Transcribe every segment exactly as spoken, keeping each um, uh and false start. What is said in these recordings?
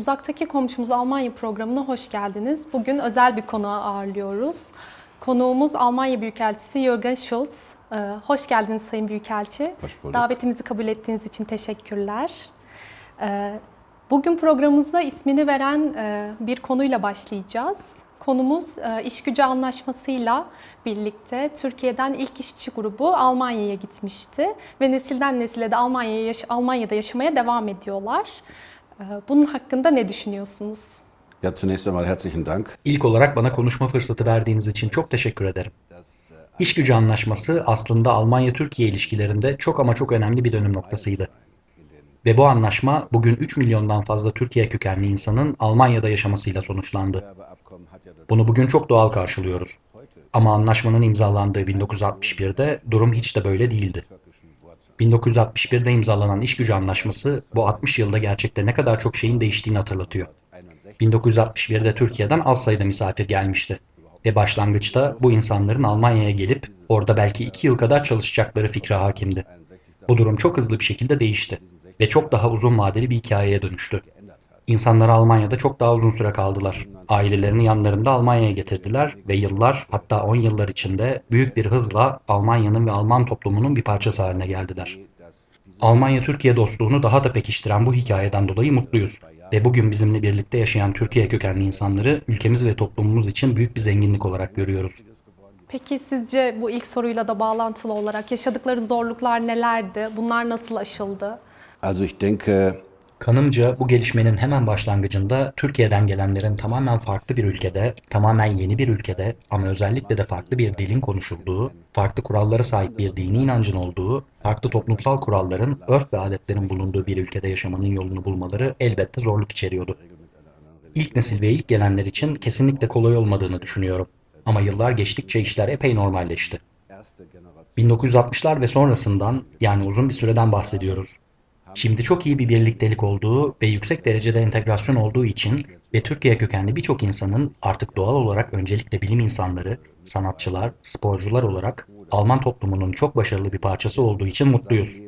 Uzaktaki Komşumuz Almanya programına hoş geldiniz. Bugün özel bir konuğu ağırlıyoruz. Konuğumuz Almanya Büyükelçisi Jürgen Schulz. Ee, hoş geldiniz Sayın Büyükelçi. Hoş bulduk. Davetimizi kabul ettiğiniz için teşekkürler. Ee, bugün programımızda ismini veren e, bir konuyla başlayacağız. Konumuz e, iş gücü anlaşmasıyla birlikte Türkiye'den ilk işçi grubu Almanya'ya gitmişti ve nesilden nesile de Almanya'ya yaş- Almanya'da yaşamaya devam ediyorlar. E, bunun hakkında ne düşünüyorsunuz? Ja, zunächst einmal herzlichen Dank. İlk olarak bana konuşma fırsatı verdiğiniz için çok teşekkür ederim. İş gücü anlaşması aslında Almanya-Türkiye ilişkilerinde çok ama çok önemli bir dönüm noktasıydı. Ve bu anlaşma bugün üç milyondan fazla Türkiye kökenli insanın Almanya'da yaşamasıyla sonuçlandı. Bunu bugün çok doğal karşılıyoruz. Ama anlaşmanın imzalandığı bin dokuz yüz altmış birde durum hiç de böyle değildi. bin dokuz yüz altmış birde imzalanan iş gücü anlaşması bu altmış yılda gerçekte ne kadar çok şeyin değiştiğini hatırlatıyor. bin dokuz yüz altmış birde Türkiye'den az sayıda misafir gelmişti. Ve başlangıçta bu insanların Almanya'ya gelip orada belki iki yıl kadar çalışacakları fikri hakimdi. Bu durum çok hızlı bir şekilde değişti ve çok daha uzun vadeli bir hikayeye dönüştü. İnsanlar Almanya'da çok daha uzun süre kaldılar. Ailelerini yanlarında Almanya'ya getirdiler ve yıllar, hatta on yıllar içinde büyük bir hızla Almanya'nın ve Alman toplumunun bir parçası haline geldiler. Almanya-Türkiye dostluğunu daha da pekiştiren bu hikayeden dolayı mutluyuz. Ve bugün bizimle birlikte yaşayan Türkiye kökenli insanları ülkemiz ve toplumumuz için büyük bir zenginlik olarak görüyoruz. Peki sizce bu ilk soruyla da bağlantılı olarak yaşadıkları zorluklar nelerdi? Bunlar nasıl aşıldı? Also ich denke, Kanımca bu gelişmenin hemen başlangıcında Türkiye'den gelenlerin tamamen farklı bir ülkede, tamamen yeni bir ülkede ama özellikle de farklı bir dilin konuşulduğu, farklı kurallara sahip bir dini inancın olduğu, farklı toplumsal kuralların, örf ve adetlerin bulunduğu bir ülkede yaşamanın yolunu bulmaları elbette zorluk içeriyordu. İlk nesil ve ilk gelenler için kesinlikle kolay olmadığını düşünüyorum. Ama yıllar geçtikçe işler epey normalleşti. bin dokuz yüz altmışlar ve sonrasından, yani uzun bir süreden bahsediyoruz. Şimdi çok iyi bir birliktelik olduğu ve yüksek derecede entegrasyon olduğu için ve Türkiye kökenli birçok insanın artık doğal olarak öncelikle bilim insanları, sanatçılar, sporcular olarak Alman toplumunun çok başarılı bir parçası olduğu için mutluyuz.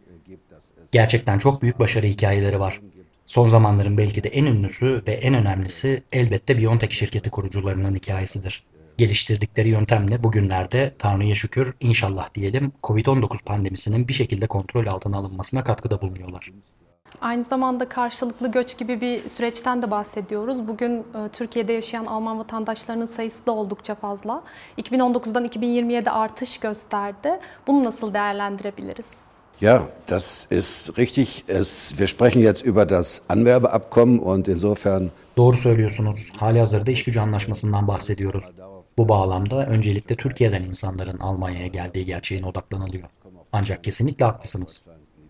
Gerçekten çok büyük başarı hikayeleri var. Son zamanların belki de en ünlüsü ve en önemlisi elbette BioNTech şirketi kurucularının hikayesidir. Geliştirdikleri yöntemle bugünlerde Tanrı'ya şükür inşallah diyelim kovid on dokuz pandemisinin bir şekilde kontrol altına alınmasına katkıda bulunuyorlar. Aynı zamanda karşılıklı göç gibi bir süreçten de bahsediyoruz. Bugün e, Türkiye'de yaşayan Alman vatandaşlarının sayısı da oldukça fazla. iki bin on dokuzdan iki bin yirmiye de artış gösterdi. Bunu nasıl değerlendirebiliriz? ja, das ist richtig. Es, wir sprechen jetzt über das Anwerbeabkommen und insofern Doğru söylüyorsunuz. Halihazırda iş gücü anlaşmasından bahsediyoruz. Bu bağlamda öncelikle Türkiye'den insanların Almanya'ya geldiği gerçeğine odaklanılıyor. Ancak kesinlikle haklısınız.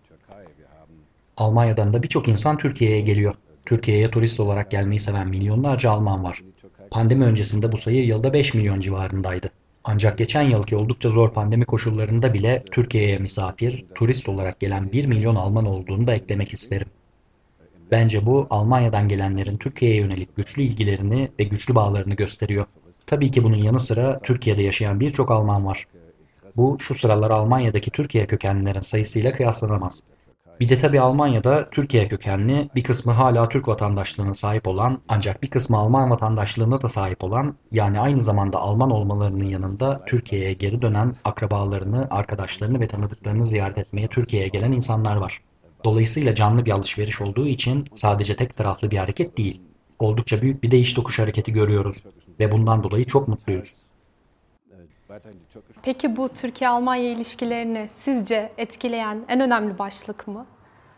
Almanya'dan da birçok insan Türkiye'ye geliyor. Türkiye'ye turist olarak gelmeyi seven milyonlarca Alman var. Pandemi öncesinde bu sayı yılda beş milyon civarındaydı. Ancak geçen yılki oldukça zor pandemi koşullarında bile Türkiye'ye misafir, turist olarak gelen bir milyon Alman olduğunu da eklemek isterim. Bence bu Almanya'dan gelenlerin Türkiye'ye yönelik güçlü ilgilerini ve güçlü bağlarını gösteriyor. Tabii ki bunun yanı sıra Türkiye'de yaşayan birçok Alman var. Bu şu sıralar Almanya'daki Türkiye kökenlilerin sayısıyla kıyaslanamaz. Bir de tabii Almanya'da Türkiye kökenli, bir kısmı hala Türk vatandaşlığına sahip olan ancak bir kısmı Alman vatandaşlığına da sahip olan, yani aynı zamanda Alman olmalarının yanında Türkiye'ye geri dönen akrabalarını, arkadaşlarını ve tanıdıklarını ziyaret etmeye Türkiye'ye gelen insanlar var. Dolayısıyla canlı bir alışveriş olduğu için sadece tek taraflı bir hareket değil. Oldukça büyük bir değiş tokuş hareketi görüyoruz ve bundan dolayı çok mutluyuz. Peki bu Türkiye-Almanya ilişkilerini sizce etkileyen en önemli başlık mı?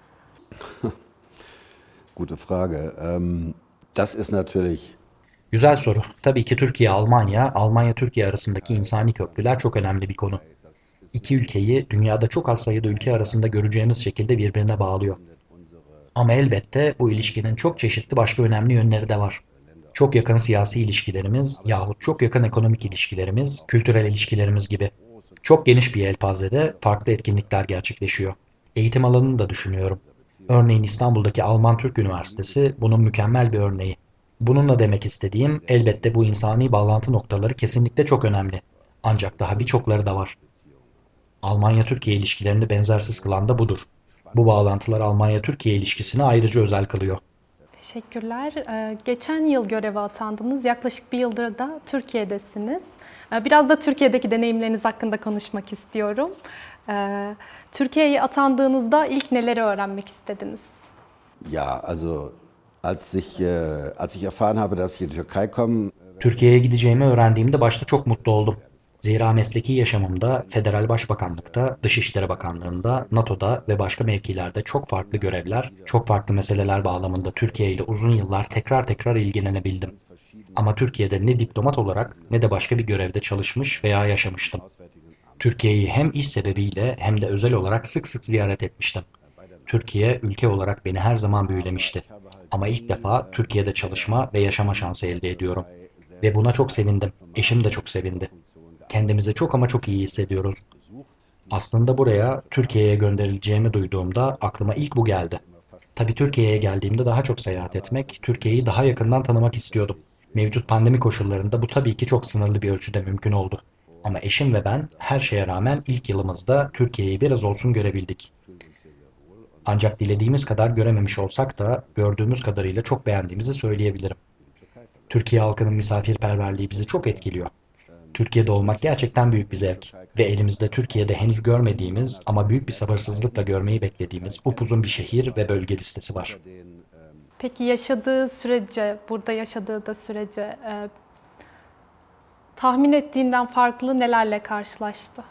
gute Frage. Ähm, das ist natürlich Güzel soru. Tabii ki Türkiye-Almanya, Almanya-Türkiye arasındaki insani köprüler çok önemli bir konu. İki ülkeyi dünyada çok az sayıda ülke arasında göreceğimiz şekilde birbirine bağlıyor. Ama elbette bu ilişkinin çok çeşitli başka önemli yönleri de var. Çok yakın siyasi ilişkilerimiz yahut çok yakın ekonomik ilişkilerimiz, kültürel ilişkilerimiz gibi. Çok geniş bir yelpazede farklı etkinlikler gerçekleşiyor. Eğitim alanını da düşünüyorum. Örneğin İstanbul'daki Alman Türk Üniversitesi bunun mükemmel bir örneği. Bununla demek istediğim elbette bu insani bağlantı noktaları kesinlikle çok önemli. Ancak daha birçokları da var. Almanya-Türkiye ilişkilerini benzersiz kılan da budur. Bu bağlantılar Almanya-Türkiye ilişkisini ayrıca özel kılıyor. Teşekkürler. Ee, geçen yıl göreve atandınız. Yaklaşık bir yıldır da Türkiye'desiniz. Ee, biraz da Türkiye'deki deneyimleriniz hakkında konuşmak istiyorum. Ee, Türkiye'ye atandığınızda ilk neleri öğrenmek istediniz? Ja, also als ich, äh, als ich erfahren habe, dass ich in die Türkei komme, Türkiye'ye gideceğimi öğrendiğimde başta çok mutlu oldum. Zira mesleki yaşamımda, Federal Başbakanlıkta, Dışişleri Bakanlığı'nda, NATO'da ve başka mevkilerde çok farklı görevler, çok farklı meseleler bağlamında Türkiye ile uzun yıllar tekrar tekrar ilgilenebildim. Ama Türkiye'de ne diplomat olarak ne de başka bir görevde çalışmış veya yaşamıştım. Türkiye'yi hem iş sebebiyle hem de özel olarak sık sık ziyaret etmiştim. Türkiye ülke olarak beni her zaman büyülemişti. Ama ilk defa Türkiye'de çalışma ve yaşama şansı elde ediyorum. Ve buna çok sevindim. Eşim de çok sevindi. Kendimizi çok ama çok iyi hissediyoruz. Aslında buraya, Türkiye'ye gönderileceğimi duyduğumda aklıma ilk bu geldi. Tabii Türkiye'ye geldiğimde daha çok seyahat etmek, Türkiye'yi daha yakından tanımak istiyordum. Mevcut pandemi koşullarında bu tabii ki çok sınırlı bir ölçüde mümkün oldu. Ama eşim ve ben her şeye rağmen ilk yılımızda Türkiye'yi biraz olsun görebildik. Ancak dilediğimiz kadar görememiş olsak da gördüğümüz kadarıyla çok beğendiğimizi söyleyebilirim. Türkiye halkının misafirperverliği bizi çok etkiliyor. Türkiye'de olmak gerçekten büyük bir zevk ve elimizde Türkiye'de henüz görmediğimiz ama büyük bir sabırsızlıkla görmeyi beklediğimiz upuzun bir şehir ve bölge listesi var. Peki yaşadığı sürece, burada yaşadığı da sürece e, tahmin ettiğinden farklı nelerle karşılaştı?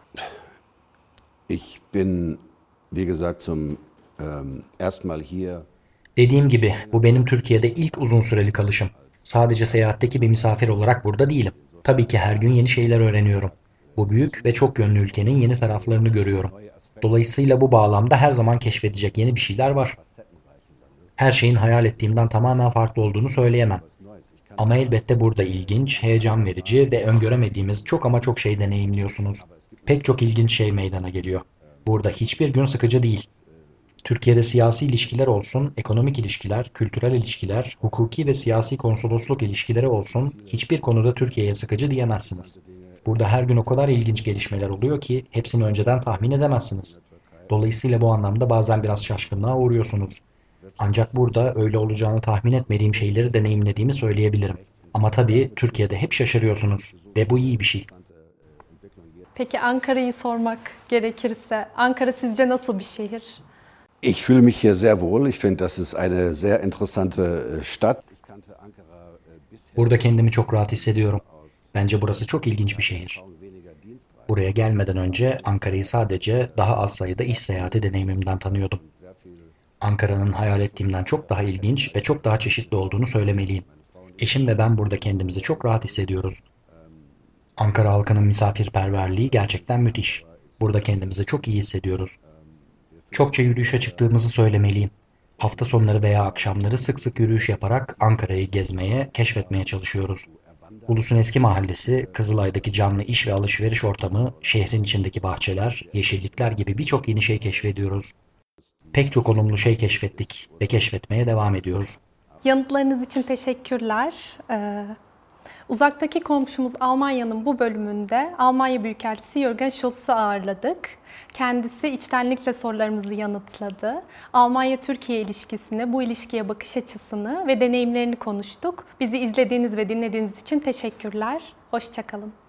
ich bin, wie gesagt, zum ähm, ersten Mal hier. Dediğim gibi bu benim Türkiye'de ilk uzun süreli kalışım. Sadece seyahatteki bir misafir olarak burada değilim. Tabii ki her gün yeni şeyler öğreniyorum. Bu büyük ve çok yönlü ülkenin yeni taraflarını görüyorum. Dolayısıyla bu bağlamda her zaman keşfedecek yeni bir şeyler var. Her şeyin hayal ettiğimden tamamen farklı olduğunu söyleyemem. Ama elbette burada ilginç, heyecan verici ve öngöremediğimiz çok ama çok şey deneyimliyorsunuz. Pek çok ilginç şey meydana geliyor. Burada hiçbir gün sıkıcı değil. Türkiye'de siyasi ilişkiler olsun, ekonomik ilişkiler, kültürel ilişkiler, hukuki ve siyasi konsolosluk ilişkileri olsun, hiçbir konuda Türkiye'ye sıkıcı diyemezsiniz. Burada her gün o kadar ilginç gelişmeler oluyor ki hepsini önceden tahmin edemezsiniz. Dolayısıyla bu anlamda bazen biraz şaşkınlığa uğruyorsunuz. Ancak burada öyle olacağını tahmin etmediğim şeyleri deneyimlediğimi söyleyebilirim. Ama tabii Türkiye'de hep şaşırıyorsunuz ve bu iyi bir şey. Peki Ankara'yı sormak gerekirse, Ankara sizce nasıl bir şehir? Ich fühle mich hier sehr wohl. Ich finde, das ist eine sehr interessante äh, Stadt. Ich kannte Ankara äh, bisher Burada kendimi çok rahat hissediyorum. Bence burası çok ilginç bir şehir. Buraya gelmeden önce Ankara'yı sadece daha az sayıda iş seyahati deneyimimden tanıyordum. Ankara'nın hayal ettiğimden çok daha ilginç ve çok daha çeşitli olduğunu söylemeliyim. Eşim ve ben burada kendimizi çok rahat hissediyoruz. Ankara halkının misafirperverliği gerçekten müthiş. Burada kendimizi çok iyi hissediyoruz. Çokça yürüyüşe çıktığımızı söylemeliyim. Hafta sonları veya akşamları sık sık yürüyüş yaparak Ankara'yı gezmeye, keşfetmeye çalışıyoruz. Ulus'un eski mahallesi, Kızılay'daki canlı iş ve alışveriş ortamı, şehrin içindeki bahçeler, yeşillikler gibi birçok yeni şey keşfediyoruz. Pek çok olumlu şey keşfettik ve keşfetmeye devam ediyoruz. Yanıtlarınız için teşekkürler. Ee, uzaktaki komşumuz Almanya'nın bu bölümünde Almanya Büyükelçisi Jürgen Schultz'u ağırladık. Kendisi içtenlikle sorularımızı yanıtladı. Almanya-Türkiye ilişkisini, bu ilişkiye bakış açısını ve deneyimlerini konuştuk. Bizi izlediğiniz ve dinlediğiniz için teşekkürler. Hoşça kalın.